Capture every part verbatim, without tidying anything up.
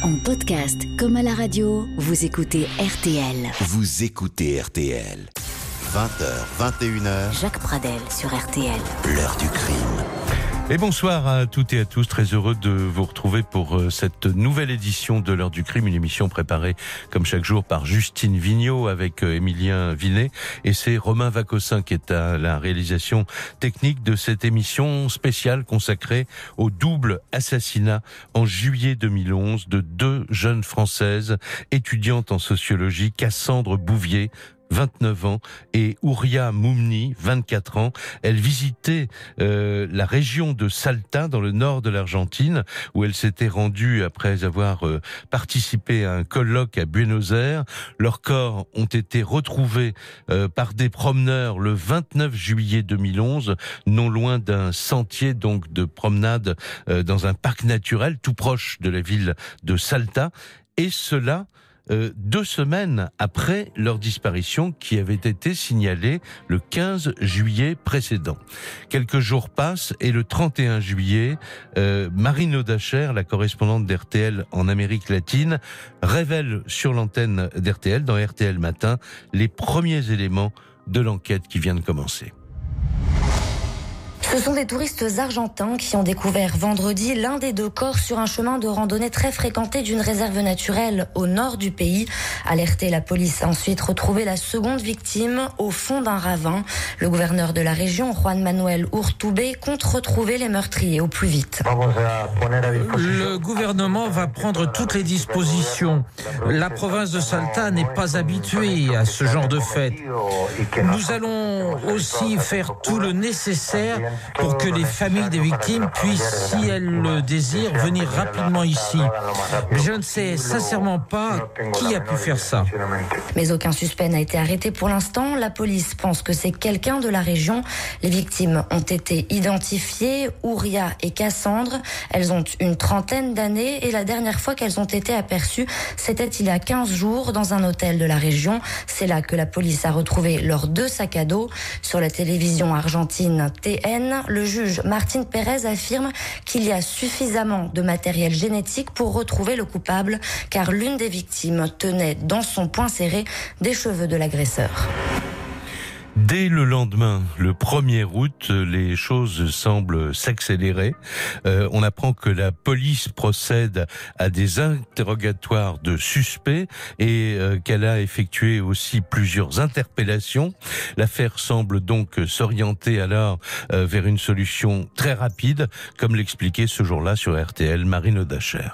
En podcast comme à la radio, vous écoutez R T L. Vous écoutez R T L. vingt heures, vingt et une heures. Jacques Pradel sur R T L. L'heure du crime. Et bonsoir à toutes et à tous, très heureux de vous retrouver pour cette nouvelle édition de l'heure du crime, une émission préparée comme chaque jour par Justine Vignot avec Émilien Vinet, et c'est Romain Vacossin qui est à la réalisation technique de cette émission spéciale consacrée au double assassinat en juillet deux mille onze de deux jeunes Françaises étudiantes en sociologie, Cassandre Bouvier, vingt-neuf ans, et Ouria Moumni, vingt-quatre ans. Elle visitait euh, la région de Salta, dans le nord de l'Argentine, où elle s'était rendue après avoir euh, participé à un colloque à Buenos Aires. Leurs corps ont été retrouvés euh, par des promeneurs le vingt-neuf juillet deux mille onze, non loin d'un sentier donc de promenade euh, dans un parc naturel tout proche de la ville de Salta. Et cela Euh, deux semaines après leur disparition qui avait été signalée le quinze juillet précédent. Quelques jours passent et le trente et un juillet, euh, Marine Odacher, la correspondante d'R T L en Amérique latine, révèle sur l'antenne d'R T L, dans R T L Matin, les premiers éléments de l'enquête qui vient de commencer. Ce sont des touristes argentins qui ont découvert vendredi l'un des deux corps sur un chemin de randonnée très fréquenté d'une réserve naturelle au nord du pays. Alertée, la police a ensuite retrouvé la seconde victime au fond d'un ravin. Le gouverneur de la région, Juan Manuel Urtubey, compte retrouver les meurtriers au plus vite. Le gouvernement va prendre toutes les dispositions. La province de Salta n'est pas habituée à ce genre de fête. Nous allons aussi faire tout le nécessaire pour que les familles des victimes puissent, si elles le désirent, venir rapidement ici. Mais je ne sais sincèrement pas qui a pu faire ça. Mais aucun suspect n'a été arrêté pour l'instant. La police pense que c'est quelqu'un de la région. Les victimes ont été identifiées, Ouria et Cassandre. Elles ont une trentaine d'années et la dernière fois qu'elles ont été aperçues, c'était il y a quinze jours dans un hôtel de la région. C'est là que la police a retrouvé leurs deux sacs à dos. Sur la télévision argentine T N, le juge Martín Pérez affirme qu'il y a suffisamment de matériel génétique pour retrouver le coupable, car l'une des victimes tenait dans son poing serré des cheveux de l'agresseur. Dès le lendemain, le premier août, les choses semblent s'accélérer. Euh, on apprend que la police procède à des interrogatoires de suspects et euh, qu'elle a effectué aussi plusieurs interpellations. L'affaire semble donc s'orienter alors euh, vers une solution très rapide, comme l'expliquait ce jour-là sur R T L Marine Odacher.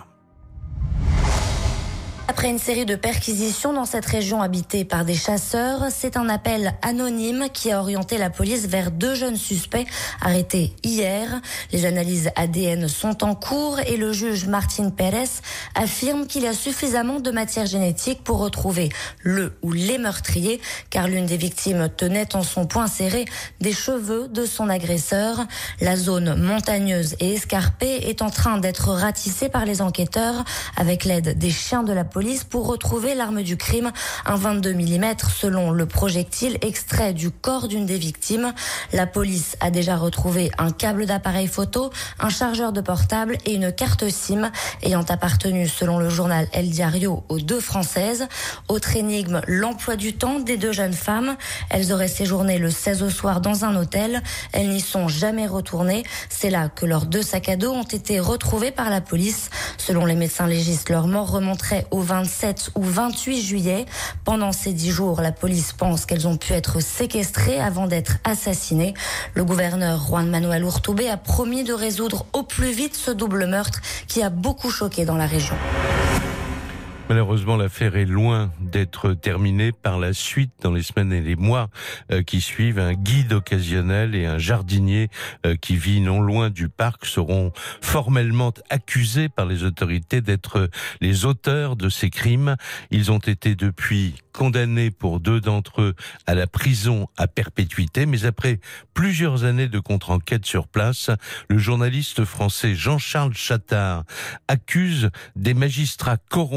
Après une série de perquisitions dans cette région habitée par des chasseurs, c'est un appel anonyme qui a orienté la police vers deux jeunes suspects arrêtés hier. Les analyses A D N sont en cours et le juge Martín Pérez affirme qu'il y a suffisamment de matière génétique pour retrouver le ou les meurtriers, car l'une des victimes tenait en son poing serré des cheveux de son agresseur. La zone montagneuse et escarpée est en train d'être ratissée par les enquêteurs avec l'aide des chiens de la police. Pour retrouver l'arme du crime, un vingt-deux millimètres selon le projectile extrait du corps d'une des victimes. La police a déjà retrouvé un câble d'appareil photo, un chargeur de portable et une carte SIM ayant appartenu, selon le journal El Diario, aux deux Françaises. Autre énigme, l'emploi du temps des deux jeunes femmes. Elles auraient séjourné le seize au soir dans un hôtel. Elles n'y sont jamais retournées. C'est là que leurs deux sacs à dos ont été retrouvés par la police. Selon les médecins légistes, leur mort remonterait au vingt-sept ou vingt-huit juillet. Pendant ces dix jours, la police pense qu'elles ont pu être séquestrées avant d'être assassinées. Le gouverneur Juan Manuel Urtubey a promis de résoudre au plus vite ce double meurtre qui a beaucoup choqué dans la région. Malheureusement, l'affaire est loin d'être terminée. Par la suite, dans les semaines et les mois euh, qui suivent, un guide occasionnel et un jardinier euh, qui vit non loin du parc seront formellement accusés par les autorités d'être les auteurs de ces crimes. Ils ont été depuis condamnés pour deux d'entre eux à la prison à perpétuité, mais après plusieurs années de contre-enquête sur place, le journaliste français Jean-Charles Chattard accuse des magistrats corrompus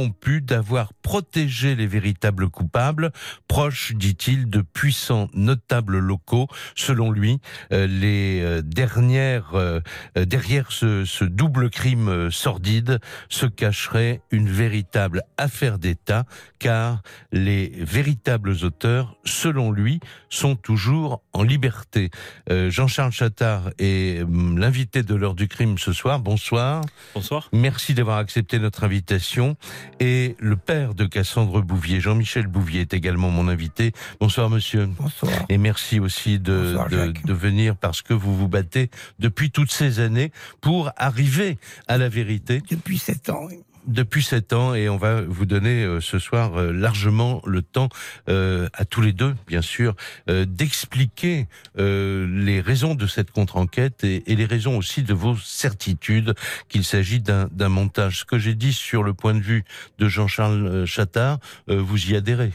d'avoir protégé les véritables coupables, proches, dit-il, de puissants notables locaux. Selon lui, euh, les euh, dernières, euh, derrière ce, ce double crime euh, sordide se cacherait une véritable affaire d'État, car les véritables auteurs, selon lui, sont toujours en liberté. Euh, Jean-Charles Chattard est euh, l'invité de l'heure du crime ce soir. Bonsoir. Bonsoir. Merci d'avoir accepté notre invitation. Et le père de Cassandre Bouvier, Jean-Michel Bouvier, est également mon invité. Bonsoir monsieur. Bonsoir. Et merci aussi de, Bonsoir, de, de venir parce que vous vous battez depuis toutes ces années pour arriver à la vérité. Depuis sept ans, oui. Depuis sept ans, et on va vous donner euh, ce soir euh, largement le temps, euh, à tous les deux, bien sûr, euh, d'expliquer euh, les raisons de cette contre-enquête et, et les raisons aussi de vos certitudes qu'il s'agit d'un, d'un montage. Ce que j'ai dit sur le point de vue de Jean-Charles Chattard, euh, vous y adhérez?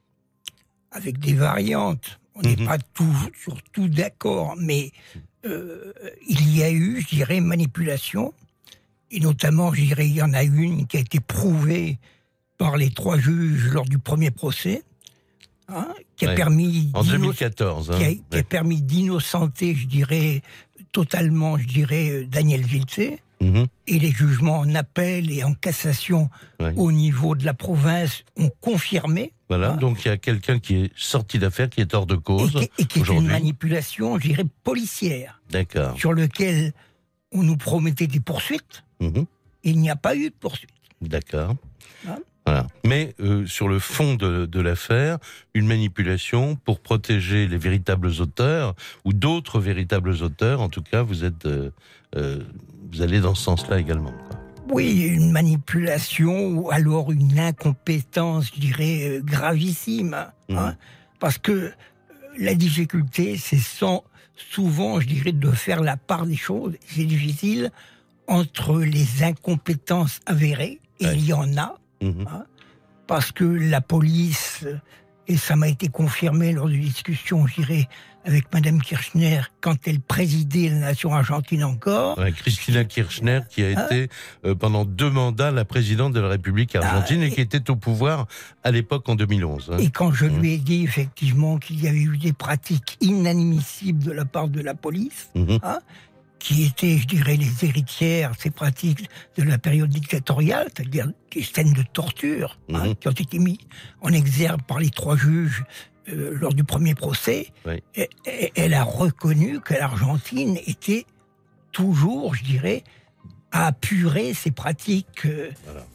Avec des variantes. On n'est Mhm. pas tout, sur tout d'accord, mais euh, il y a eu, je dirais, manipulation. Et notamment, je dirais, il y en a une qui a été prouvée par les trois juges lors du premier procès, hein, qui a Ouais. permis En d'inno- deux mille quatorze. Hein. qui a, qui a Ouais. permis d'innocenter, je dirais, totalement, je dirais, euh, Daniel Vilsé. Mhm. Et les jugements en appel et en cassation Ouais. au niveau de la province ont confirmé. Voilà, hein, donc il y a quelqu'un qui est sorti d'affaire, qui est hors de et cause qui, et qui est une aujourd'hui. manipulation, je dirais, policière, D'accord. sur lequel on nous promettait des poursuites, Mhm. et il n'y a pas eu de poursuite. D'accord. Hein? Voilà. Mais euh, sur le fond de, de l'affaire, une manipulation pour protéger les véritables auteurs, ou d'autres véritables auteurs, en tout cas, vous êtes, euh, euh, vous allez dans ce sens-là également, quoi. Oui, une manipulation, ou alors une incompétence, je dirais, euh, gravissime. Hein, Mhm. parce que euh, la difficulté, c'est sans, souvent, je dirais, de faire la part des choses. C'est difficile entre les incompétences avérées, et Ouais. il y en a, Mhm. parce que la police, et ça m'a été confirmé lors de discussions, je dirais, avec Madame Kirchner, quand elle présidait la nation argentine encore. Ouais, Christina Kirchner, qui a Hein? été euh, pendant deux mandats la présidente de la République argentine Ah, et qui était au pouvoir à l'époque en deux mille onze. Hein. Et quand je Mmh. lui ai dit effectivement qu'il y avait eu des pratiques inadmissibles de la part de la police, Mhm. hein, qui étaient, je dirais, les héritières, ces pratiques de la période dictatoriale, c'est-à-dire des scènes de torture, hein, Mhm. qui ont été mises en exergue par les trois juges euh, lors du premier procès, Oui. et, et- elle a reconnu que l'Argentine était toujours, je dirais, à apurer ces pratiques. euh,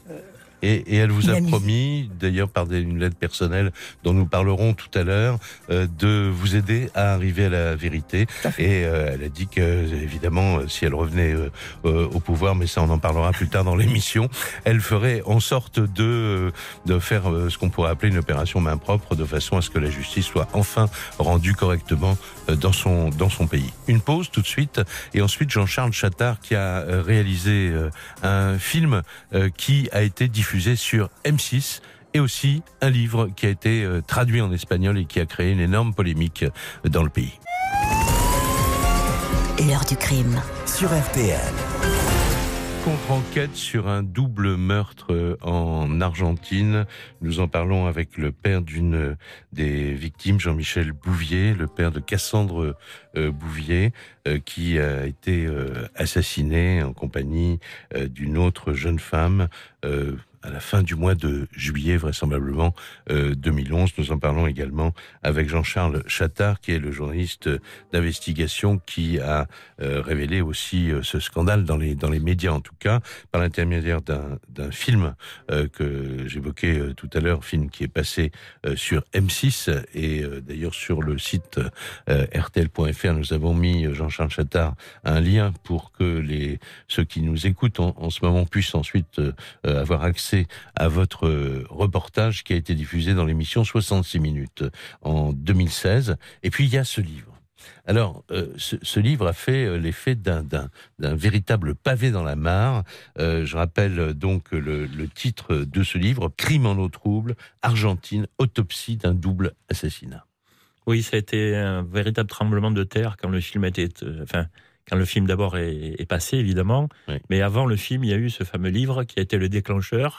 Et, et elle vous a Inadmissible. promis, d'ailleurs par des, une lettre personnelle dont nous parlerons tout à l'heure, euh, de vous aider à arriver à la vérité. Tout à fait. Et euh, elle a dit que, évidemment, euh, si elle revenait euh, euh, au pouvoir, mais ça on en parlera plus tard dans l'émission, elle ferait en sorte de, de faire euh, ce qu'on pourrait appeler une opération main propre, de façon à ce que la justice soit enfin rendue correctement euh, dans son, dans son pays. Une pause tout de suite, et ensuite Jean-Charles Chattard qui a euh, réalisé euh, un film euh, qui a été diffusé sur M six, et aussi un livre qui a été euh, traduit en espagnol et qui a créé une énorme polémique euh, dans le pays. L'heure du crime. Sur R T L. Contre-enquête sur un double meurtre euh, en Argentine. Nous en parlons avec le père d'une des victimes, Jean-Michel Bouvier, le père de Cassandre euh, Bouvier, euh, qui a été euh, assassiné en compagnie euh, d'une autre jeune femme euh, à la fin du mois de juillet, vraisemblablement euh, deux mille onze. Nous en parlons également avec Jean-Charles Chattard, qui est le journaliste d'investigation qui a euh, révélé aussi euh, ce scandale dans les dans les médias, en tout cas, par l'intermédiaire d'un d'un film euh, que j'évoquais euh, tout à l'heure, film qui est passé euh, sur M six, et euh, d'ailleurs sur le site euh, R T L point F R, nous avons mis, euh, Jean-Charles Chattard, un lien pour que les ceux qui nous écoutent en, en ce moment puissent ensuite euh, avoir accès à votre euh, reportage qui a été diffusé dans l'émission soixante-six minutes en deux mille seize. Et puis il y a ce livre. Alors, euh, ce, ce livre a fait euh, l'effet d'un, d'un, d'un véritable pavé dans la mare. Euh, je rappelle euh, donc le, le titre de ce livre, Crime en eau trouble, Argentine, autopsie d'un double assassinat. Oui, ça a été un véritable tremblement de terre quand le film a été, euh, enfin, quand le film d'abord est, est passé, évidemment. Oui. Mais avant le film, il y a eu ce fameux livre qui a été le déclencheur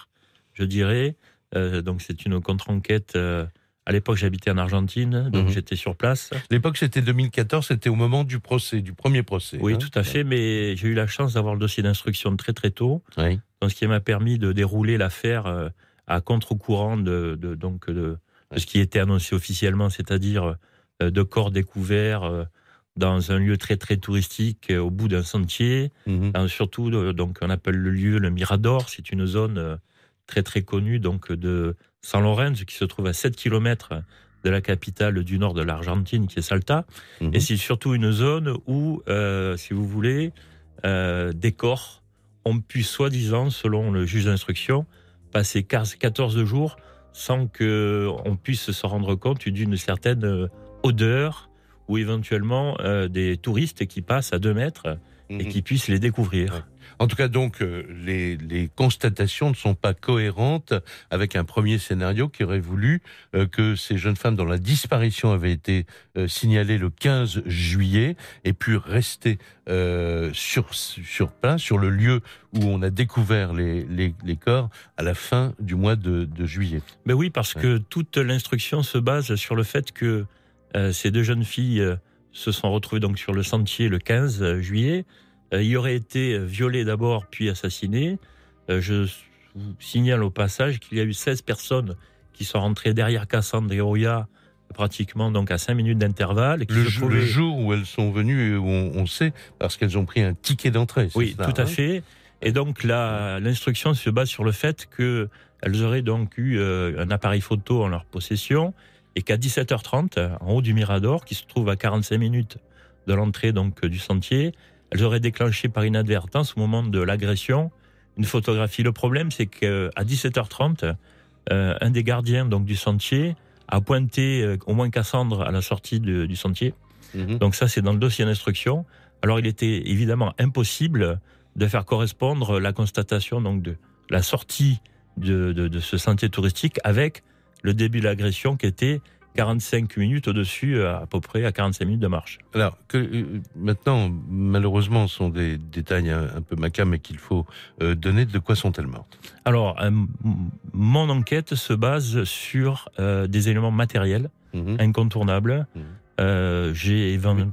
je dirais. Euh, donc c'est une contre-enquête. Euh, à l'époque, j'habitais en Argentine, donc mmh. j'étais sur place. L'époque, c'était deux mille quatorze, c'était au moment du procès, du premier procès. Oui, hein. tout à fait, mais j'ai eu la chance d'avoir le dossier d'instruction très très tôt, oui. donc ce qui m'a permis de dérouler l'affaire euh, à contre-courant de, de, donc, de, de ce qui était annoncé officiellement, c'est-à-dire euh, de corps découverts euh, dans un lieu très très touristique, euh, au bout d'un sentier. Mmh. Dans, surtout, euh, donc, on appelle le lieu le Mirador, c'est une zone euh, très très connue donc, de San Lorenzo, qui se trouve à sept kilomètres de la capitale du nord de l'Argentine, qui est Salta. Mmh. Et c'est surtout une zone où, euh, si vous voulez, euh, des corps ont pu, soi-disant, selon le juge d'instruction, passer quatorze jours sans qu'on puisse se rendre compte d'une certaine odeur ou éventuellement euh, des touristes qui passent à deux mètres mmh. et qui puissent les découvrir. Ouais. En tout cas, donc, euh, les, les constatations ne sont pas cohérentes avec un premier scénario qui aurait voulu euh, que ces jeunes femmes dont la disparition avait été euh, signalée le quinze juillet aient pu rester euh, sur, sur place, sur le lieu où on a découvert les, les, les corps à la fin du mois de, de juillet. Ben oui, parce ouais. que toute l'instruction se base sur le fait que euh, ces deux jeunes filles euh, se sont retrouvées donc sur le sentier le quinze juillet. Euh, il aurait été violé d'abord, puis assassiné. Euh, je vous signale au passage qu'il y a eu seize personnes qui sont rentrées derrière Cassandre et Oya, pratiquement donc à cinq minutes d'intervalle. Le, jo- trouvaient... le jour où elles sont venues, où on, on sait, parce qu'elles ont pris un ticket d'entrée. C'est oui, ça, tout hein. à fait. Et donc la, l'instruction se base sur le fait qu'elles auraient donc eu euh, un appareil photo en leur possession et qu'à dix-sept heures trente, en haut du Mirador, qui se trouve à quarante-cinq minutes de l'entrée donc du sentier, elles auraient déclenché par inadvertance, au moment de l'agression, une photographie. Le problème, c'est qu'à dix-sept heures trente, euh, un des gardiens donc, du sentier a pointé euh, au moins Cassandre à la sortie de, du sentier. Mmh. Donc ça, c'est dans le dossier d'instruction. Alors, il était évidemment impossible de faire correspondre la constatation donc, de la sortie de, de, de ce sentier touristique avec le début de l'agression qui était quarante-cinq minutes au-dessus, à peu près à quarante-cinq minutes de marche. Alors, que, euh, maintenant, malheureusement, ce sont des détails un, un peu macabres, mais qu'il faut euh, donner. De quoi sont-elles mortes ? Alors, euh, mon enquête se base sur euh, des éléments matériels, mmh. incontournables. Mmh. Euh, j'ai, oui.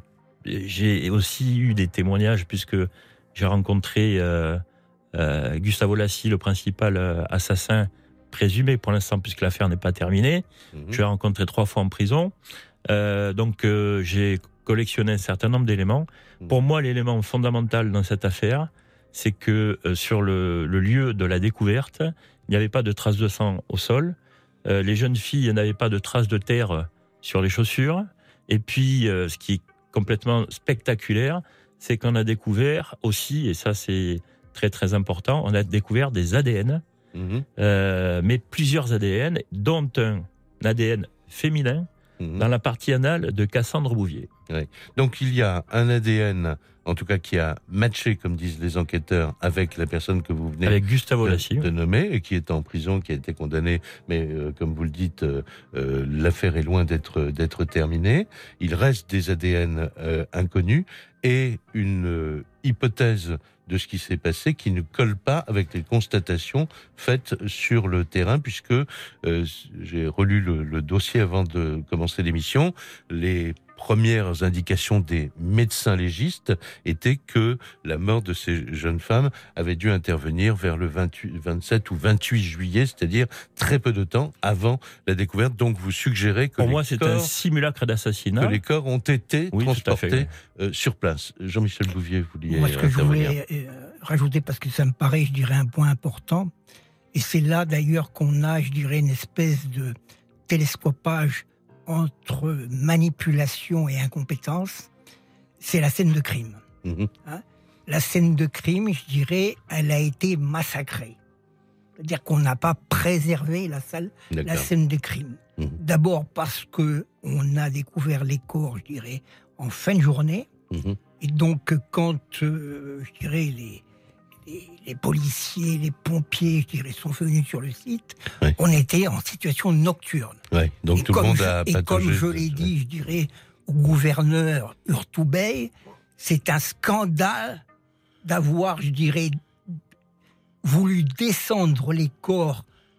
j'ai aussi eu des témoignages, puisque j'ai rencontré euh, euh, Gustavo Lassi, le principal euh, assassin, présumé pour l'instant, puisque l'affaire n'est pas terminée. Mmh. Je l'ai rencontré trois fois en prison. Euh, donc, euh, j'ai collectionné un certain nombre d'éléments. Mmh. Pour moi, l'élément fondamental dans cette affaire, c'est que euh, sur le, le lieu de la découverte, il n'y avait pas de traces de sang au sol. Euh, les jeunes filles n'avaient pas de traces de terre sur les chaussures. Et puis, euh, ce qui est complètement spectaculaire, c'est qu'on a découvert aussi, et ça c'est très très important, on a découvert des A D N. Mmh. Euh, mais plusieurs A D N, dont un A D N féminin mmh. dans la partie anale de Cassandre Bouvier. Oui. Donc il y a un A D N, en tout cas qui a matché, comme disent les enquêteurs, avec la personne que vous venez avec Gustavo de, Lassi, de nommer, et qui est en prison, qui a été condamné, mais euh, comme vous le dites, euh, euh, l'affaire est loin d'être, d'être terminée. Il reste des A D N euh, inconnus et une euh, hypothèse de ce qui s'est passé qui ne colle pas avec les constatations faites sur le terrain, puisque euh, j'ai relu le, le dossier avant de commencer l'émission. Les premières indications des médecins légistes étaient que la mort de ces jeunes femmes avait dû intervenir vers le vingt-huit, vingt-sept ou vingt-huit juillet, c'est-à-dire très peu de temps avant la découverte. Donc vous suggérez que pour les moi c'est corps, un simulacre d'assassinat, que les corps ont été oui, transportés fait, oui. euh, sur place. Jean-Michel Bouvier, vous vouliez Moi, ce que intervenir. je voulais euh, rajouter, parce que ça me paraît, je dirais, un point important, et c'est là d'ailleurs qu'on a, je dirais, une espèce de télescopage entre manipulation et incompétence, c'est la scène de crime. Mmh. Hein, la scène de crime, je dirais, elle a été massacrée. C'est-à-dire qu'on n'a pas préservé la, salle, la scène de crime. Mmh. D'abord parce qu'on a découvert les corps, je dirais, en fin de journée. Mmh. Et donc, quand, euh, je dirais, les, les, les policiers, les pompiers, je dirais, sont venus sur le site, oui. on était en situation nocturne. Oui, donc et tout le monde je, a Et comme je l'ai dit, je dirais, au gouverneur Urtubey, c'est un scandale d'avoir, je dirais, voulu descendre les corps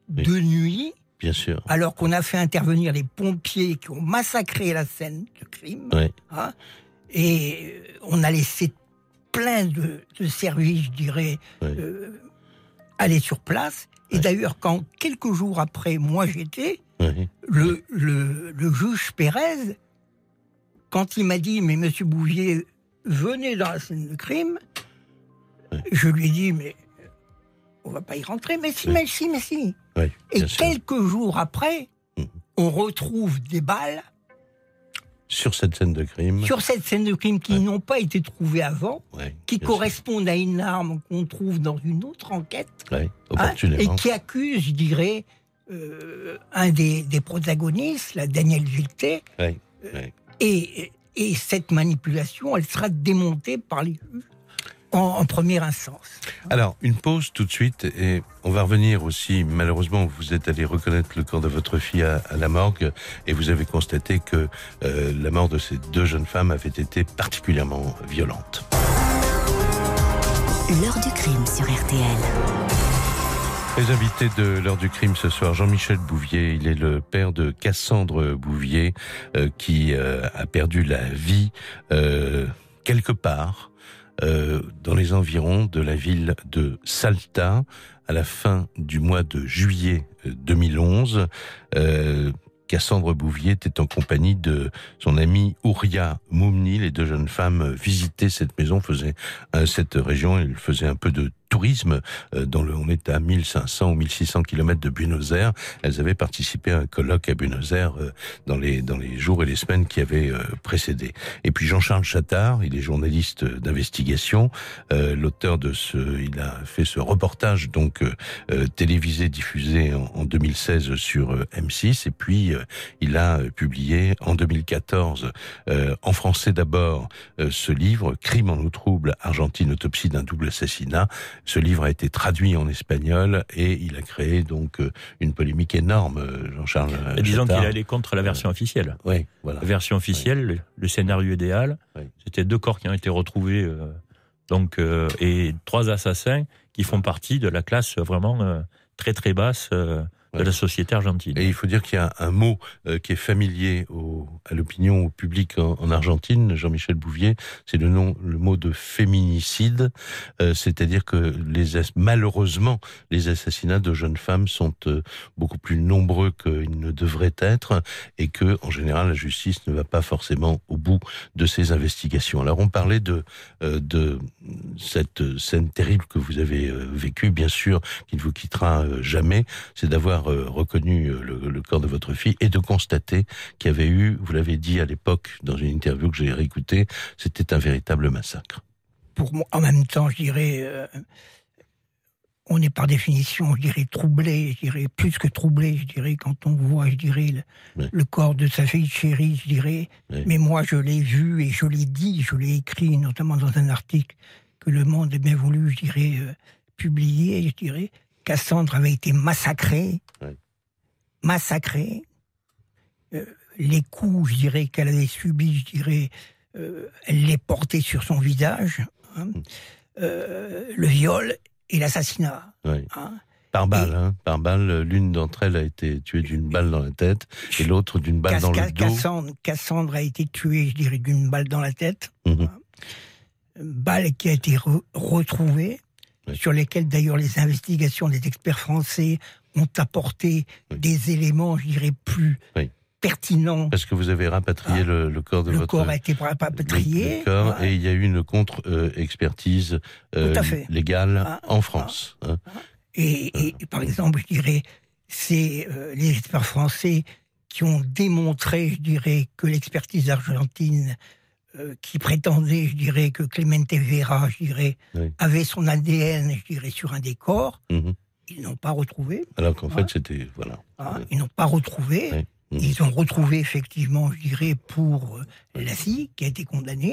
oui. de nuit, bien sûr, alors qu'on a fait intervenir les pompiers qui ont massacré la scène de crime, oui. hein, et on a laissé plein de, de services, je dirais, oui. euh, aller sur place. Et oui. d'ailleurs, quand quelques jours après, moi j'étais, oui. le, le, le juge Pérez, quand il m'a dit, mais monsieur Bouvier, venez dans la scène de crime, oui. je lui ai dit, mais on va pas y rentrer, mais si, oui. mais si, mais si. Oui, et sûr. quelques jours après, mmh. on retrouve des balles sur cette scène de crime, sur cette scène de crime qui ouais. n'ont pas été trouvées avant, ouais, qui correspondent sûr. à une arme qu'on trouve dans une autre enquête, ouais, hein, et qui accuse, je dirais, euh, un des, des protagonistes, la Daniel Gilté, ouais, ouais. Et, et cette manipulation, elle sera démontée par les juges en, en première instance. Alors, une pause tout de suite, et on va revenir aussi, malheureusement, vous êtes allé reconnaître le corps de votre fille à, à la morgue, et vous avez constaté que euh, la mort de ces deux jeunes femmes avait été particulièrement violente. L'heure du crime sur R T L. Les invités de l'heure du crime ce soir, Jean-Michel Bouvier, il est le père de Cassandre Bouvier, euh, qui euh, a perdu la vie euh, quelque part euh, dans les environs de la ville de Salta à la fin du mois de juillet deux mille onze. Euh, Cassandre Bouvier était en compagnie de son amie Ouria Moumni. Les deux jeunes femmes visitaient cette maison, faisaient euh, cette région, elles faisaient un peu de tourisme. Euh, dans le, on est à mille cinq cents ou mille six cents kilomètres de Buenos Aires. Elles avaient participé à un colloque à Buenos Aires euh, dans les dans les jours et les semaines qui avaient euh, précédé. Et puis Jean-Charles Chattard, il est journaliste d'investigation, euh, l'auteur de ce, il a fait ce reportage donc euh, télévisé diffusé en, en deux mille seize sur euh, M six, et puis euh, il a publié en deux mille quatorze euh, en français d'abord euh, ce livre Crime en eau trouble, Argentine, autopsie d'un double assassinat. Ce livre a été traduit en espagnol et il a créé donc une polémique énorme, Jean-Charles Chattard. Disons qu'il allait contre la version officielle. Euh, oui, voilà. La version officielle, oui. le, le scénario idéal, oui. c'était deux corps qui ont été retrouvés, euh, donc euh, et trois assassins qui font partie de la classe vraiment euh, très très basse euh, de ouais. la société argentine. Et il faut dire qu'il y a un mot euh, qui est familier au, à l'opinion, au public en, en Argentine, Jean-Michel Bouvier, c'est le nom, le mot de féminicide, euh, c'est-à-dire que les malheureusement les assassinats de jeunes femmes sont euh, beaucoup plus nombreux qu'ils ne devraient être, et que en général la justice ne va pas forcément au bout de ces investigations. Alors on parlait de euh, de cette scène terrible que vous avez euh, vécue, bien sûr, qui ne vous quittera euh, jamais, c'est d'avoir reconnu le, le corps de votre fille et de constater qu'il y avait eu, vous l'avez dit à l'époque dans une interview que j'ai réécoutée, c'était un véritable massacre. Pour moi, en même temps, je dirais, euh, on est par définition, je dirais, troublé, je dirais, plus que troublé, je dirais, quand on voit, je dirais, le, oui. le corps de sa fille chérie, je dirais. Oui. Mais moi, je l'ai vu et je l'ai dit, je l'ai écrit, notamment dans un article que Le Monde a bien voulu, je dirais, euh, publier, je dirais. Cassandre avait été massacrée, oui. massacrée. Euh, les coups, je dirais, qu'elle avait subis, je dirais, euh, elle les portait sur son visage. Hein. Mm. Euh, le viol et l'assassinat. Oui. Hein. Par balle, et, hein, par balle. L'une d'entre elles a été tuée d'une balle dans la tête et l'autre d'une balle Cass- dans le dos. Cassandre, Cassandre a été tuée, je dirais, d'une balle dans la tête. Mm-hmm. Hein. Balle qui a été re- retrouvée. Oui. Sur lesquels d'ailleurs les investigations des experts français ont apporté oui. des éléments, je dirais, plus oui. pertinents. Parce que vous avez rapatrié ah, le, le corps de le votre... Le corps a été rapatrié. Le, le corps, ah, et il y a eu une contre-expertise euh, légale ah, en France. Ah, hein. et, et ah. par exemple, je dirais, c'est euh, les experts français qui ont démontré, je dirais, que l'expertise argentine Euh, qui prétendait, je dirais, que Clemente Vera, je dirais, oui. avait son A D N, je dirais, sur un des corps. Mmh. Ils n'ont pas retrouvé. Alors qu'en hein. fait, c'était... Voilà. Hein, ils n'ont pas retrouvé. Oui. Mmh. Ils ont retrouvé, effectivement, je dirais, pour euh, la fille qui a été condamnée.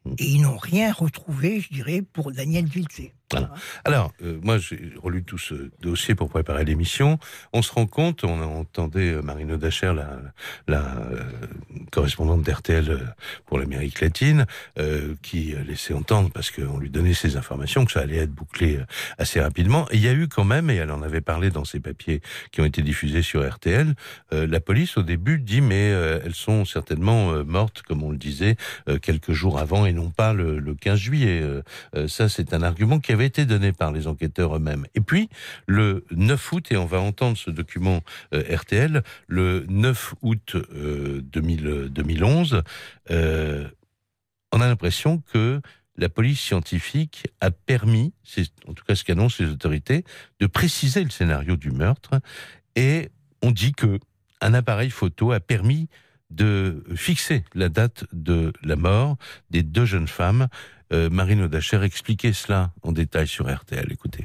Et ils n'ont rien retrouvé, je dirais, pour Daniel Vilsé. Voilà. Alors, euh, moi, j'ai relu tout ce dossier pour préparer l'émission. On se rend compte, on entendait Marine Odacher, la, la euh, correspondante d'R T L pour l'Amérique latine, euh, qui laissait entendre, parce qu'on lui donnait ces informations, que ça allait être bouclé assez rapidement. Et il y a eu quand même, et elle en avait parlé dans ses papiers qui ont été diffusés sur R T L, euh, la police au début dit, mais euh, elles sont certainement euh, mortes, comme on le disait, euh, quelques jours avant, et non pas le, le quinze juillet. Euh, euh, ça, c'est un argument qui avait été donné par les enquêteurs eux-mêmes. Et puis, le neuf août, et on va entendre ce document euh, R T L, le neuf août euh, deux mille, deux mille onze, euh, on a l'impression que la police scientifique a permis, c'est en tout cas ce qu'annoncent les autorités, de préciser le scénario du meurtre, et on dit que un appareil photo a permis de fixer la date de la mort des deux jeunes femmes. Euh, Marine Odacher expliquait cela en détail sur R T L. Écoutez.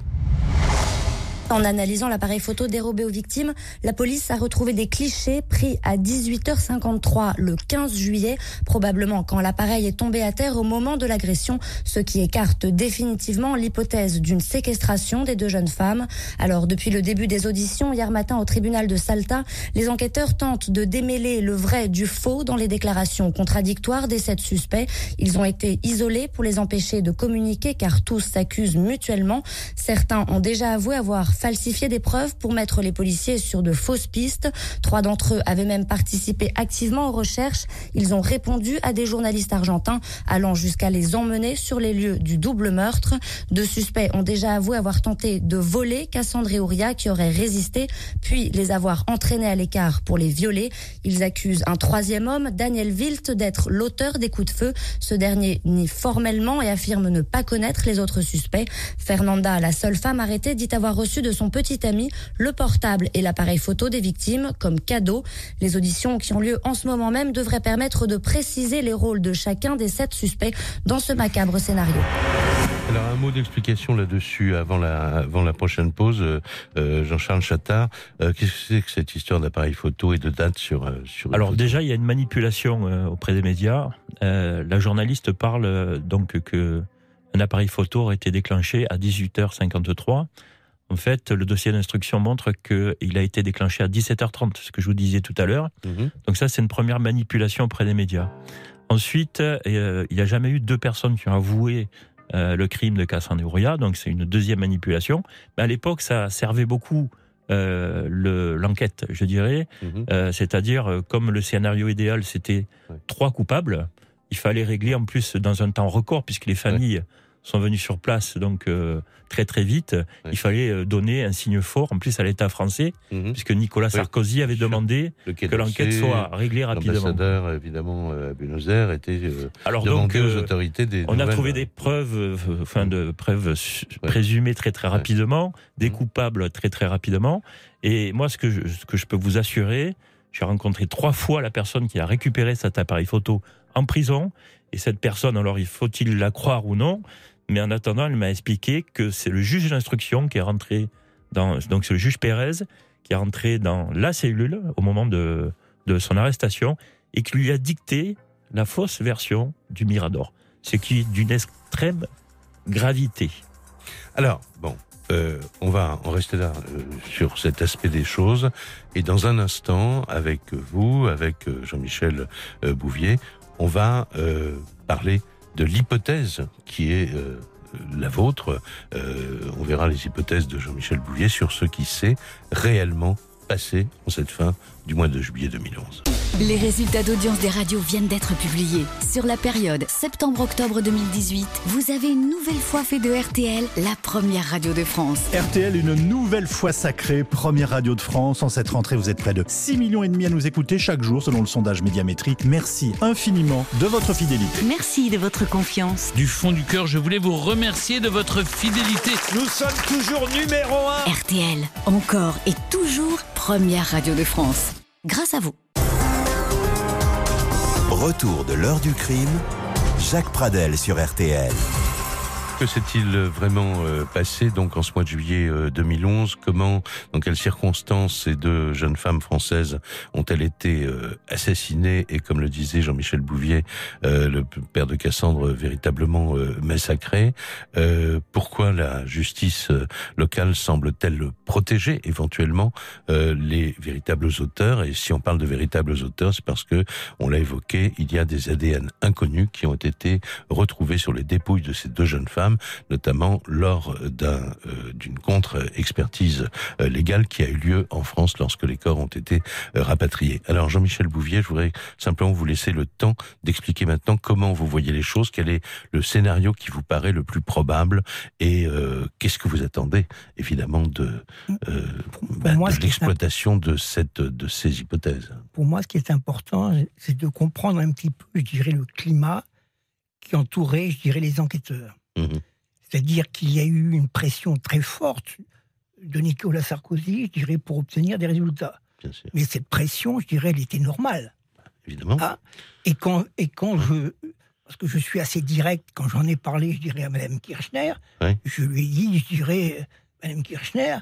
En analysant l'appareil photo dérobé aux victimes, la police a retrouvé des clichés pris à dix-huit heures cinquante-trois le quinze juillet, probablement quand l'appareil est tombé à terre au moment de l'agression, ce qui écarte définitivement l'hypothèse d'une séquestration des deux jeunes femmes. Alors, depuis le début des auditions hier matin au tribunal de Salta, les enquêteurs tentent de démêler le vrai du faux dans les déclarations contradictoires des sept suspects. Ils ont été isolés pour les empêcher de communiquer car tous s'accusent mutuellement. Certains ont déjà avoué avoir falsifié des preuves pour mettre les policiers sur de fausses pistes. Trois d'entre eux avaient même participé activement aux recherches. Ils ont répondu à des journalistes argentins, allant jusqu'à les emmener sur les lieux du double meurtre. Deux suspects ont déjà avoué avoir tenté de voler Cassandre et Ouria, qui auraient résisté, puis les avoir entraînés à l'écart pour les violer. Ils accusent un troisième homme, Daniel Wilt, d'être l'auteur des coups de feu. Ce dernier nie formellement et affirme ne pas connaître les autres suspects. Fernanda, la seule femme arrêtée, dit avoir reçu de son petit ami le portable et l'appareil photo des victimes comme cadeau. Les auditions qui ont lieu en ce moment même devraient permettre de préciser les rôles de chacun des sept suspects dans ce macabre scénario. Alors un mot d'explication là-dessus avant la, avant la prochaine pause, euh, Jean-Charles Chattard. Euh, qu'est-ce que c'est que cette histoire d'appareil photo et de date sur euh, sur Alors déjà, il y a une manipulation euh, auprès des médias. Euh, la journaliste parle euh, donc que un appareil photo aurait été déclenché à dix-huit heures cinquante-trois. En fait, le dossier d'instruction montre qu'il a été déclenché à dix-sept heures trente, ce que je vous disais tout à l'heure. Mmh. Donc ça, c'est une première manipulation auprès des médias. Ensuite, euh, il n'y a jamais eu deux personnes qui ont avoué euh, le crime de Cassandre et Ouria, donc c'est une deuxième manipulation. Mais à l'époque, ça servait beaucoup euh, le, l'enquête, je dirais. Mmh. Euh, c'est-à-dire, comme le scénario idéal, c'était ouais. trois coupables, il fallait régler en plus dans un temps record, puisque les familles... Ouais. sont venus sur place donc euh, très très vite. Oui. Il fallait euh, donner un signe fort, en plus à l'État français, mmh. puisque Nicolas oui. Sarkozy avait demandé que l'enquête soit réglée rapidement. L'ambassadeur, évidemment, à Buenos Aires, était euh, Alors demandé donc, aux autorités des on nouvelles... a trouvé des preuves, euh, enfin de preuves oui. présumées très très rapidement, oui. des mmh. coupables très très rapidement. Et moi, ce que je, ce que je peux vous assurer, j'ai rencontré trois fois la personne qui a récupéré cet appareil photo en prison. Et cette personne, alors il faut-il la croire ou non, mais en attendant, elle m'a expliqué que c'est le juge d'instruction qui est rentré dans, donc c'est le juge Pérez qui est rentré dans la cellule au moment de, de son arrestation et qui lui a dicté la fausse version du Mirador, ce qui est d'une extrême gravité. Alors, bon, euh, on va en rester là euh, sur cet aspect des choses et dans un instant, avec vous, avec Jean-Michel euh, Bouvier, on va euh, parler de l'hypothèse qui est euh, la vôtre. Euh, on verra les hypothèses de Jean-Michel Bouvier sur ce qui s'est réellement passé en cette fin du mois de juillet deux mille onze. Les résultats d'audience des radios viennent d'être publiés. Sur la période septembre-octobre deux mille dix-huit, vous avez une nouvelle fois fait de R T L la première radio de France. R T L, une nouvelle fois sacrée, première radio de France. En cette rentrée, vous êtes près de six millions et demi à nous écouter chaque jour selon le sondage médiamétrique. Merci infiniment de votre fidélité. Merci de votre confiance. Du fond du cœur, je voulais vous remercier de votre fidélité. Nous sommes toujours numéro un. R T L, encore et toujours première radio de France. Grâce à vous. Retour de l'heure du crime, Jacques Pradel sur R T L. que s'est-il vraiment euh, passé donc en ce mois de juillet euh, deux mille onze? Comment, dans quelles circonstances ces deux jeunes femmes françaises ont-elles été euh, assassinées et, comme le disait Jean-Michel Bouvier, euh, le père de Cassandre, véritablement euh, massacré? euh, Pourquoi la justice euh, locale semble-t-elle protéger éventuellement euh, les véritables auteurs? Et si on parle de véritables auteurs, c'est parce que, on l'a évoqué, il y a des A D N inconnus qui ont été retrouvés sur les dépouilles de ces deux jeunes femmes, notamment lors d'un, euh, d'une contre-expertise euh, légale qui a eu lieu en France lorsque les corps ont été euh, rapatriés. Alors Jean-Michel Bouvier, je voudrais simplement vous laisser le temps d'expliquer maintenant comment vous voyez les choses, quel est le scénario qui vous paraît le plus probable et euh, qu'est-ce que vous attendez évidemment de, euh, bah, moi, de l'exploitation de, cette, de ces hypothèses. Pour moi, ce qui est important, c'est de comprendre un petit peu, je dirais, le climat qui entourait, je dirais, les enquêteurs. Mmh. C'est-à-dire qu'il y a eu une pression très forte de Nicolas Sarkozy, je dirais, pour obtenir des résultats. Bien sûr. Mais cette pression, je dirais, elle était normale. Évidemment. Ah, et quand, et quand je... Parce que je suis assez direct, quand j'en ai parlé, je dirais, à Mme Kirchner, oui. Je lui ai dit, je dirais, Mme Kirchner,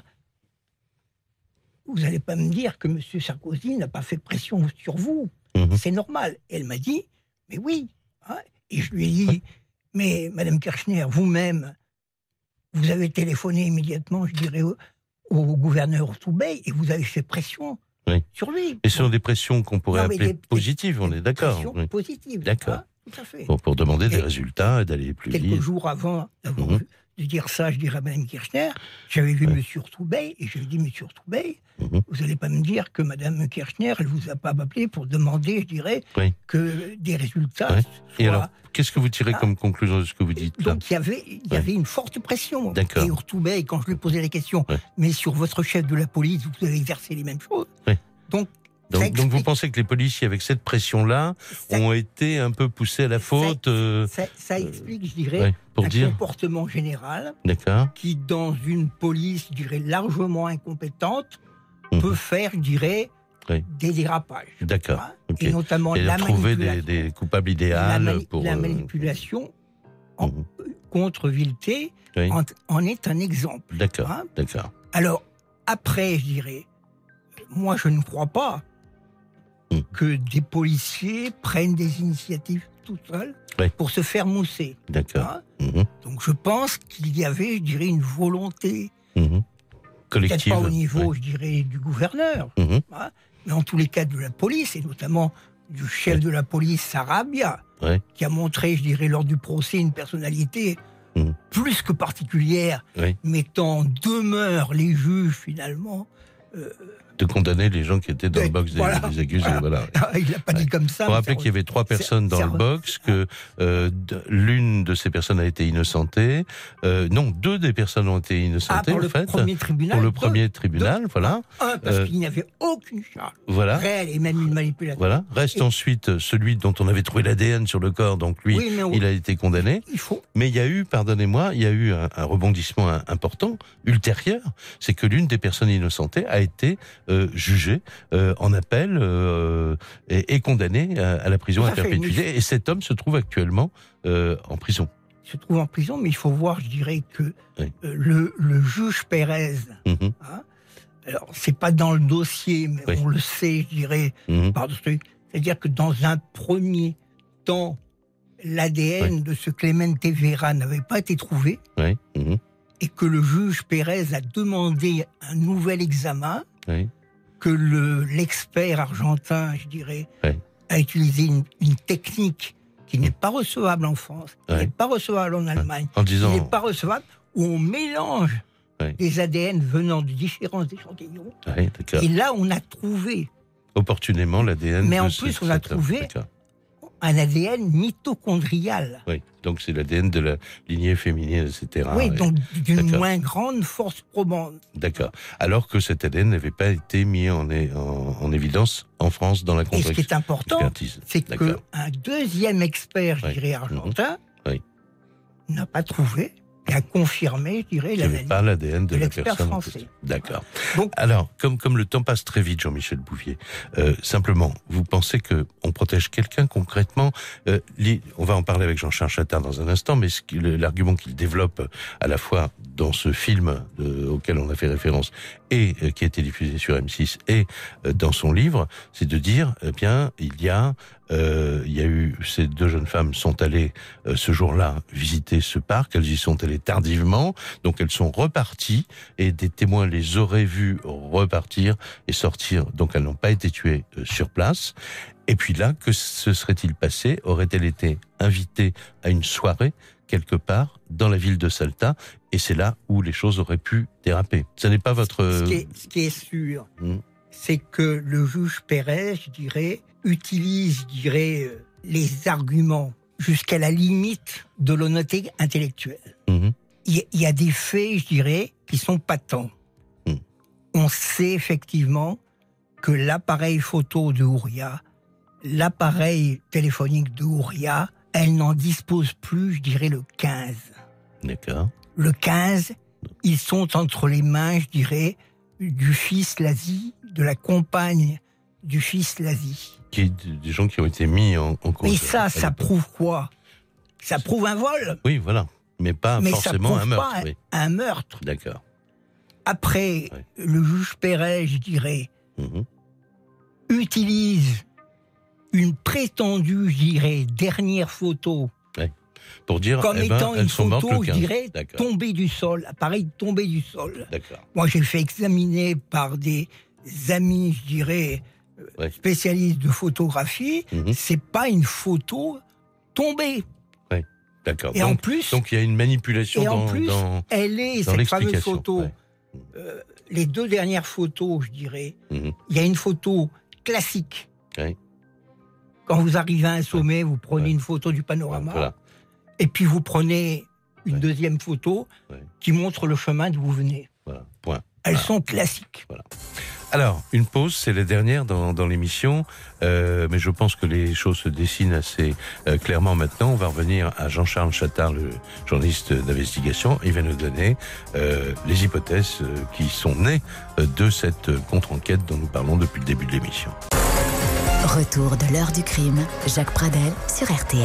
vous n'allez pas me dire que M. Sarkozy n'a pas fait pression sur vous. Mmh. C'est normal. Et elle m'a dit, mais oui. Hein. Et je lui ai dit, mais Mme Kirchner, vous-même, vous avez téléphoné immédiatement, je dirais, au, au gouverneur Toubey, et vous avez fait pression oui. sur lui. Et ce sont des pressions qu'on pourrait non, appeler des, positives, des, on est d'accord. Des pressions oui. positives. D'accord. Hein, tout à fait. Pour, pour demander et des résultats et d'aller plus quelques vite. Quelques jours avant d'avoir mmh. vu, de dire ça, je dirais à Mme Kirchner, j'avais vu oui. M. Toubey, et je lui ai dit, M. Toubey, mmh. vous n'allez pas me dire que Mme Kirchner, elle ne vous a pas appelé pour demander, je dirais, oui. que des résultats oui. soient... Et alors, qu'est-ce que vous tirez ah. comme conclusion de ce que vous dites là? Donc, il y avait, il y oui. avait une forte pression. D'accord. Et Toubey, quand je lui ai posé la question, oui. mais sur votre chef de la police, vous avez exercé les mêmes choses. Oui. Donc, Donc, donc vous pensez que les policiers, avec cette pression-là, ça, ont été un peu poussés à la faute Ça, euh, ça, ça explique, je dirais, ouais, pour un dire... comportement général D'accord. qui, dans une police, je dirais, largement incompétente, mmh. peut faire, je dirais, oui. des dérapages. D'accord. Hein, okay. Et notamment et la trouver des, des coupables idéales la, mani- pour... La euh... manipulation en, mmh. contre Villeté oui. en, en est un exemple. D'accord. Hein. D'accord. Alors, après, je dirais, moi, je ne crois pas que des policiers prennent des initiatives tout seuls oui. pour se faire mousser. D'accord. Hein mmh. Donc je pense qu'il y avait, je dirais, une volonté mmh. collective. Peut-être pas au niveau, oui. je dirais, du gouverneur, mmh. hein, mais en tous les cas de la police, et notamment du chef oui. de la police, Sarabia, oui. qui a montré, je dirais, lors du procès, une personnalité mmh. plus que particulière, oui. mettant en demeure les juges, finalement... Euh, de condamner les gens qui étaient dans le box des, voilà, des accusés. Voilà. Voilà. Il n'a pas ouais. dit comme ça. Il faut rappeler qu'il y avait trois personnes dans le box, que euh, l'une de ces personnes a été innocentée. Euh, non, deux des personnes ont été innocentées, ah, pour en le fait. Premier tribunal, pour le deux, premier tribunal, deux, voilà. Un, parce euh, qu'il n'y avait aucune charge voilà. réelle et même une manipulation. Voilà. Reste et... ensuite celui dont on avait trouvé l'A D N sur le corps, donc lui, oui, on... il a été condamné. Il faut. Mais il y a eu, pardonnez-moi, il y a eu un, un rebondissement important, ultérieur, c'est que l'une des personnes innocentées a été euh, jugée Euh, en appel euh, et, et condamné à, à la prison à perpétuité. Et cet homme se trouve actuellement euh, en prison. Il se trouve en prison, mais il faut voir, je dirais, que oui. euh, le, le juge Pérez, mm-hmm. hein, alors c'est pas dans le dossier, mais oui. on le sait, je dirais, mm-hmm. par-dessus. C'est-à-dire que dans un premier temps, l'A D N oui. de ce Clemente Vera n'avait pas été trouvé. Oui. Mm-hmm. Et que le juge Pérez a demandé un nouvel examen. Oui. Que le, l'expert argentin, je dirais, ouais. a utilisé une, une technique qui n'est pas recevable en France, qui ouais. n'est pas recevable en Allemagne, en disant... qui n'est pas recevable, où on mélange ouais. des A D N venant de différents échantillons. Ouais, et là, on a trouvé... Opportunément, l'A D N... Mais en plus, on a trouvé d'accord. un A D N mitochondrial. Oui, donc c'est l'A D N de la lignée féminine, et cetera. Oui, et... donc d'une d'accord. moins grande force probante. D'accord. Alors que cet A D N n'avait pas été mis en, é... en, en évidence en France dans la contre-expertise. Et ce qui est important, c'est qu'un deuxième expert, je oui. dirais argentin, oui. n'a pas trouvé qui a confirmé, je dirais, l'analyse pas l'A D N de, de la l'expert personne. français. D'accord. Donc, alors, comme, comme le temps passe très vite, Jean-Michel Bouvier, euh, simplement, vous pensez que on protège quelqu'un concrètement euh, les, on va en parler avec Jean-Charles Chattard dans un instant, mais ce, le, l'argument qu'il développe à la fois dans ce film de, auquel on a fait référence et euh, qui a été diffusé sur M six et euh, dans son livre, c'est de dire, eh bien, il y a Euh, il y a eu, ces deux jeunes femmes sont allées euh, ce jour-là visiter ce parc, elles y sont allées tardivement, donc elles sont reparties et des témoins les auraient vues repartir et sortir, donc elles n'ont pas été tuées euh, sur place. Et puis là, que se serait-il passé? Aurait-elle été invitée à une soirée quelque part dans la ville de Salta? Et c'est là où les choses auraient pu déraper. Ce n'est pas votre... Ce qui est, ce qui est sûr, mmh. c'est que le juge Pérez, je dirais, utilise, je dirais, les arguments jusqu'à la limite de l'honnêteté intellectuelle. Mmh. Il y a des faits, je dirais, qui sont patents. Mmh. On sait effectivement que l'appareil photo de Ouria, l'appareil téléphonique de Ouria, elle n'en dispose plus, je dirais, le quinze. D'accord. Le quinze, ils sont entre les mains, je dirais, du fils Lazi, de la compagne du fils Lazi. Qui est des gens qui ont été mis en, en cause. Mais ça, ça prouve quoi? Ça prouve un vol. Oui, voilà. Mais pas Mais forcément ça un meurtre. Pas un, oui. un meurtre. D'accord. Après, ouais. le juge Pérez, je dirais, mmh. utilise une prétendue, je dirais, dernière photo. Ouais. Pour dire, comme eh ben, étant elles une sont mortes photo, le je quinze. dirais, D'accord. tombée du sol, appareil tombé du sol. D'accord. Moi, j'ai fait examiner par des amis, je dirais, ouais. spécialistes de photographie. Mmh. C'est pas une photo tombée. Oui, d'accord. Et donc, en plus, donc il y a une manipulation et dans, en plus, dans, elle est dans cette fameuse photo. Ouais. Euh, les deux dernières photos, je dirais. Mmh. Il y a une photo classique. Ouais. Quand vous arrivez à un sommet, ouais. vous prenez ouais. une photo du panorama. Voilà. Et puis vous prenez une ouais. deuxième photo ouais. qui montre le chemin d'où vous venez. Voilà. Point. Elles voilà. sont classiques. Voilà. Alors, une pause, c'est la dernière dans, dans l'émission, euh, mais je pense que les choses se dessinent assez euh, clairement maintenant. On va revenir à Jean-Charles Chattard, le journaliste d'investigation. Il va nous donner euh, les hypothèses euh, qui sont nées euh, de cette contre-enquête dont nous parlons depuis le début de l'émission. Retour de l'heure du crime, Jacques Pradel sur R T L.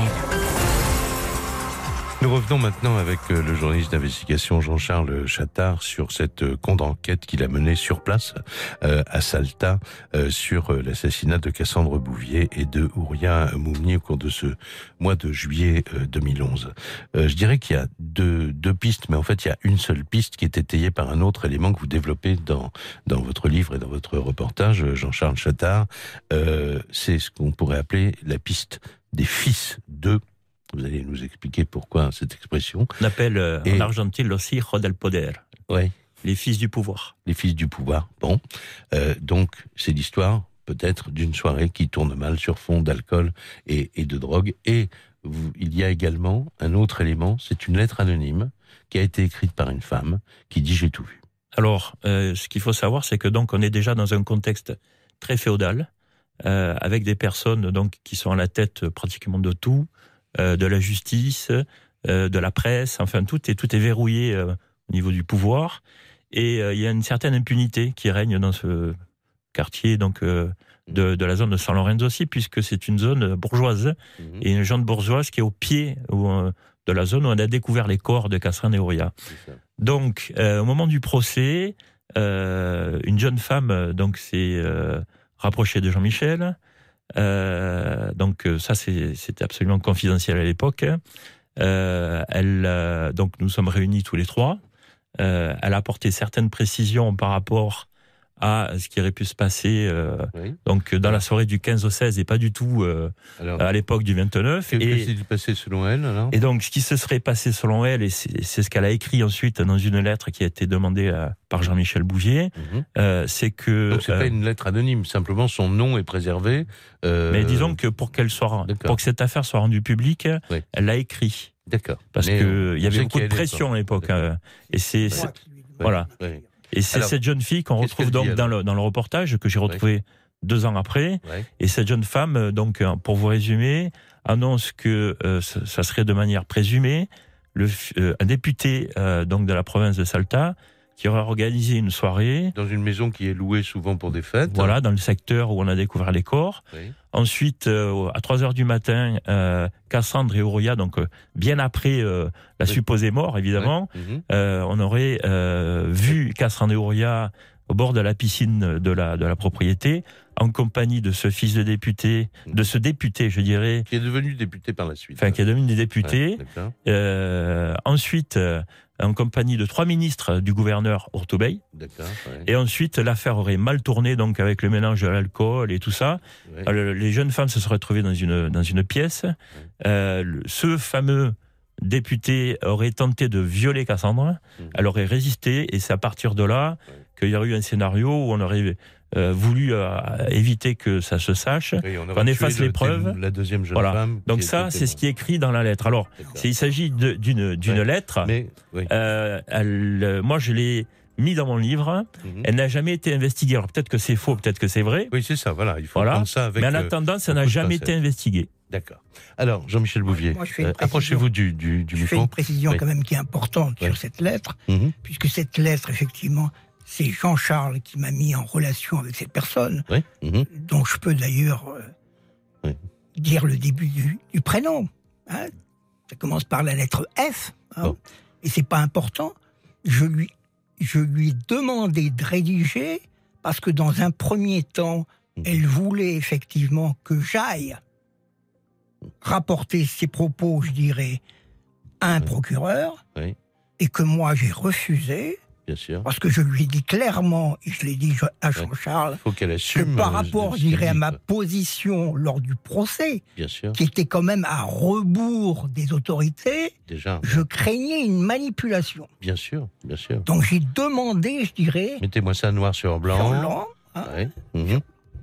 Nous revenons maintenant avec le journaliste d'investigation Jean-Charles Chattard sur cette contre-enquête qu'il a menée sur place euh, à Salta euh, sur l'assassinat de Cassandre Bouvier et de Ouria Moumni au cours de ce mois de juillet euh, deux mille onze. Euh, je dirais qu'il y a deux, deux pistes, mais en fait il y a une seule piste qui est étayée par un autre élément que vous développez dans, dans votre livre et dans votre reportage, Jean-Charles Chattard. Euh, c'est ce qu'on pourrait appeler la piste des fils de... Vous allez nous expliquer pourquoi cette expression. On appelle euh, et... en Argentine los hijos del poder. Ouais. Les fils du pouvoir. Les fils du pouvoir. Bon. Euh, donc, c'est l'histoire, peut-être, d'une soirée qui tourne mal sur fond d'alcool et, et de drogue. Et vous, il y a également un autre élément, c'est une lettre anonyme qui a été écrite par une femme qui dit « J'ai tout vu ». Alors, euh, ce qu'il faut savoir, c'est que donc on est déjà dans un contexte très féodal, euh, avec des personnes donc qui sont à la tête pratiquement de tout, Euh, de la justice, euh, de la presse, enfin tout est, tout est verrouillé euh, au niveau du pouvoir. Et euh, il y a une certaine impunité qui règne dans ce quartier donc, euh, de, de la zone de San Lorenzo aussi, puisque c'est une zone bourgeoise, mmh. et une zone bourgeoise qui est au pied où, euh, de la zone où on a découvert les corps de Cassandre et Ouria. Donc, euh, au moment du procès, euh, une jeune femme donc, s'est euh, rapprochée de Jean-Michel. Euh, donc ça c'est, c'était absolument confidentiel à l'époque. Euh, elle, euh, donc nous sommes réunis tous les trois. Euh, elle a apporté certaines précisions par rapport à ce qui aurait pu se passer euh, oui. donc dans la soirée du quinze au seize et pas du tout euh, alors, à l'époque du vingt-neuf. Qu'est-ce qui s'est passé selon elle alors ? Et donc ce qui se serait passé selon elle, et c'est, c'est ce qu'elle a écrit ensuite dans une lettre qui a été demandée à, par Jean-Michel Bouvier, mmh. euh, c'est que... Donc c'est euh, pas une lettre anonyme, simplement son nom est préservé. Euh... Mais disons que pour qu'elle soit, D'accord. pour que cette affaire soit rendue publique, oui. elle l'a écrit. D'accord. Parce qu'il y avait beaucoup de pression à l'époque. Hein, et c'est... c'est voilà. Oui. Et c'est Alors, cette jeune fille qu'on retrouve donc dans le, dans le reportage, que j'ai retrouvé oui. deux ans après. Oui. Et cette jeune femme, donc, pour vous résumer, annonce que euh, ça serait de manière présumée le, euh, un député euh, donc de la province de Salta qui aurait organisé une soirée dans une maison qui est louée souvent pour des fêtes. Voilà, dans le secteur où on a découvert les corps. Oui. Ensuite, euh, à trois heures du matin, euh, Cassandre et Auria, donc euh, bien après euh, la oui. supposée mort, évidemment, oui. mm-hmm. euh, on aurait euh, vu Cassandre et Auria au bord de la piscine de la de la propriété, en compagnie de ce fils de député, de ce député, je dirais, qui est devenu député par la suite. Enfin, qui est devenu député. Ouais, euh, ensuite, euh, en compagnie de trois ministres du gouverneur Urtubey. D'accord. Ouais. Et ensuite, l'affaire aurait mal tourné, donc avec le mélange de l'alcool et tout ça. Ouais. Alors, les jeunes femmes se seraient trouvées dans une dans une pièce. Ouais. Euh, ce fameux député aurait tenté de violer Cassandre. Mmh. Elle aurait résisté, et c'est à partir de là ouais. qu'il y aurait eu un scénario où on aurait euh, voulu euh, éviter que ça se sache, oui, on, on efface les preuves. La deuxième jeune voilà. femme. Donc ça, c'est ce qui est écrit dans la lettre. Alors, il s'agit de, d'une d'une ouais. lettre. Mais, oui. euh, elle, moi, je l'ai mis dans mon livre. Mm-hmm. Elle n'a jamais été investiguée. Alors peut-être que c'est faux, peut-être que c'est vrai. Oui, c'est ça. Voilà, il faut voilà. prendre ça avec. Mais en attendant, ça n'a jamais été investigué. D'accord. Alors, Jean-Michel Bouvier, moi, euh, approchez-vous du, du, du je micro. Je fais une précision oui. quand même qui est importante oui. sur cette lettre, mm-hmm. puisque cette lettre, effectivement, c'est Jean-Charles qui m'a mis en relation avec cette personne, oui. mm-hmm. dont je peux d'ailleurs euh, oui. dire le début du, du prénom. Hein. Ça commence par la lettre F, hein, bon. et c'est pas important. Je lui, je lui ai demandé de rédiger parce que dans un premier temps, mm-hmm. elle voulait effectivement que j'aille rapporter ses propos, je dirais, à un oui. procureur, oui. et que moi j'ai refusé. Bien sûr. Parce que je lui ai dit clairement, et je l'ai dit à Jean-Charles, ouais. Faut qu'elle assume que par rapport, je dirais, à ma position lors du procès, bien sûr. qui était quand même à rebours des autorités, déjà, je craignais une manipulation. Bien sûr, bien sûr. Donc j'ai demandé, je dirais... Mettez-moi ça noir sur blanc. Sur blanc. Hein, ouais. mm-hmm.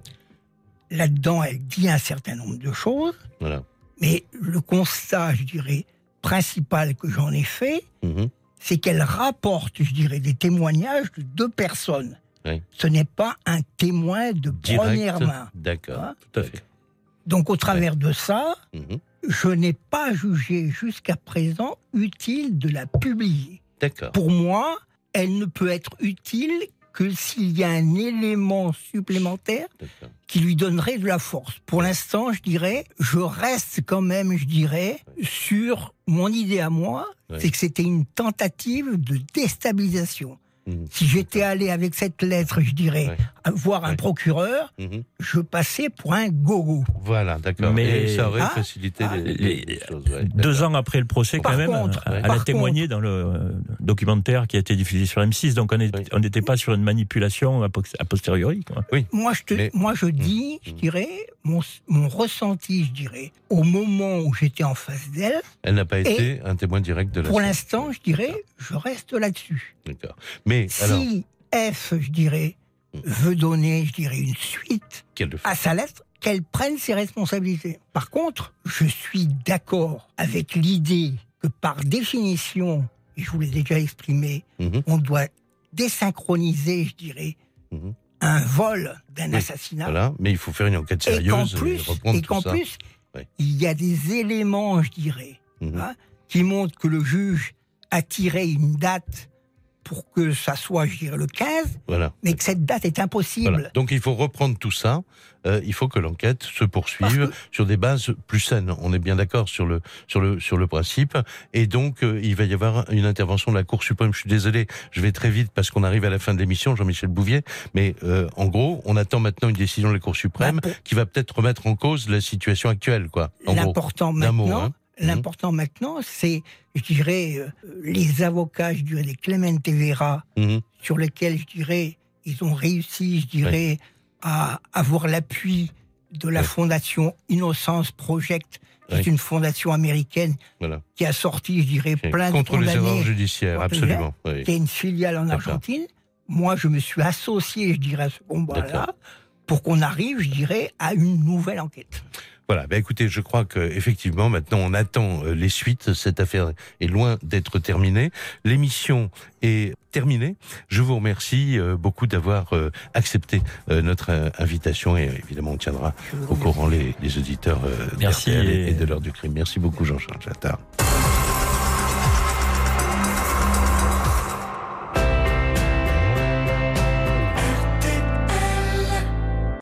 Là-dedans, elle dit un certain nombre de choses. Voilà. Mais le constat, je dirais, principal que j'en ai fait, mm-hmm. c'est qu'elle rapporte, je dirais, des témoignages de deux personnes. Oui. Ce n'est pas un témoin de direct, première main. D'accord, hein, tout à fait. Donc, au travers ouais. de ça, mm-hmm. je n'ai pas jugé jusqu'à présent utile de la publier. D'accord. Pour moi, elle ne peut être utile que s'il y a un élément supplémentaire D'accord. qui lui donnerait de la force. Pour l'instant, je dirais, je reste quand même, je dirais, ouais. sur mon idée à moi, ouais. c'est que c'était une tentative de déstabilisation. Mmh. Si j'étais allé avec cette lettre, je dirais, ouais. voir un ouais. procureur, mmh. je passais pour un gogo. Voilà, d'accord. Mais et ça aurait ah, facilité ah, les, les, les choses. Ouais, deux ans après le procès, par quand même, contre, elle ouais. a témoigné dans le documentaire qui a été diffusé sur M six, donc on n'était oui. pas sur une manipulation a posteriori. Quoi. Oui. Moi, je, te, Mais... moi, je dis, mmh. je dirais, mon, mon ressenti, je dirais, au moment où j'étais en face d'elle. Elle n'a pas été un témoin direct de la Pour l'instant, je dirais, je reste là-dessus. D'accord. Mais si alors... F, je dirais, mmh. veut donner, je dirais, une suite à sa lettre, qu'elle prenne ses responsabilités. Par contre, je suis d'accord avec l'idée que par définition, et je vous l'ai déjà exprimé, mmh. on doit désynchroniser, je dirais, mmh. un vol d'un oui. assassinat. Voilà, mais il faut faire une enquête sérieuse. Et qu'en plus, et et qu'en ça. plus ouais. il y a des éléments, je dirais, mmh. hein, qui montrent que le juge a tiré une date pour que ça soit, je dirais, le quinze, voilà. mais que cette date est impossible. Voilà. Donc il faut reprendre tout ça, euh, il faut que l'enquête se poursuive que... sur des bases plus saines. On est bien d'accord sur le, sur le, sur le principe. Et donc euh, il va y avoir une intervention de la Cour suprême. Je suis désolé, je vais très vite parce qu'on arrive à la fin de l'émission, Jean-Michel Bouvier. Mais euh, en gros, on attend maintenant une décision de la Cour suprême bah, pour... qui va peut-être remettre en cause la situation actuelle. Quoi, en L'important gros. maintenant... Mot, hein. L'important mmh. maintenant, c'est, je dirais, euh, les avocats, je dirais, les Clemente Vera, mmh. sur lesquels, je dirais, ils ont réussi, je dirais, oui. à avoir l'appui de la oui. fondation Innocence Project, qui oui. est une fondation américaine voilà. qui a sorti, je dirais, okay. plein contre de condamnés. Contre les erreurs judiciaires, absolument. Oui. Qui est une filiale en D'accord. Argentine. Moi, je me suis associé, je dirais, à ce combat-là, pour qu'on arrive, je dirais, à une nouvelle enquête. Voilà, bah écoutez, je crois que effectivement maintenant on attend les suites. Cette affaire est loin d'être terminée. L'émission est terminée. Je vous remercie beaucoup d'avoir accepté notre invitation et évidemment on tiendra au courant les, les auditeurs d'R T L et de l'heure du crime. Merci beaucoup Jean-Charles Jattard.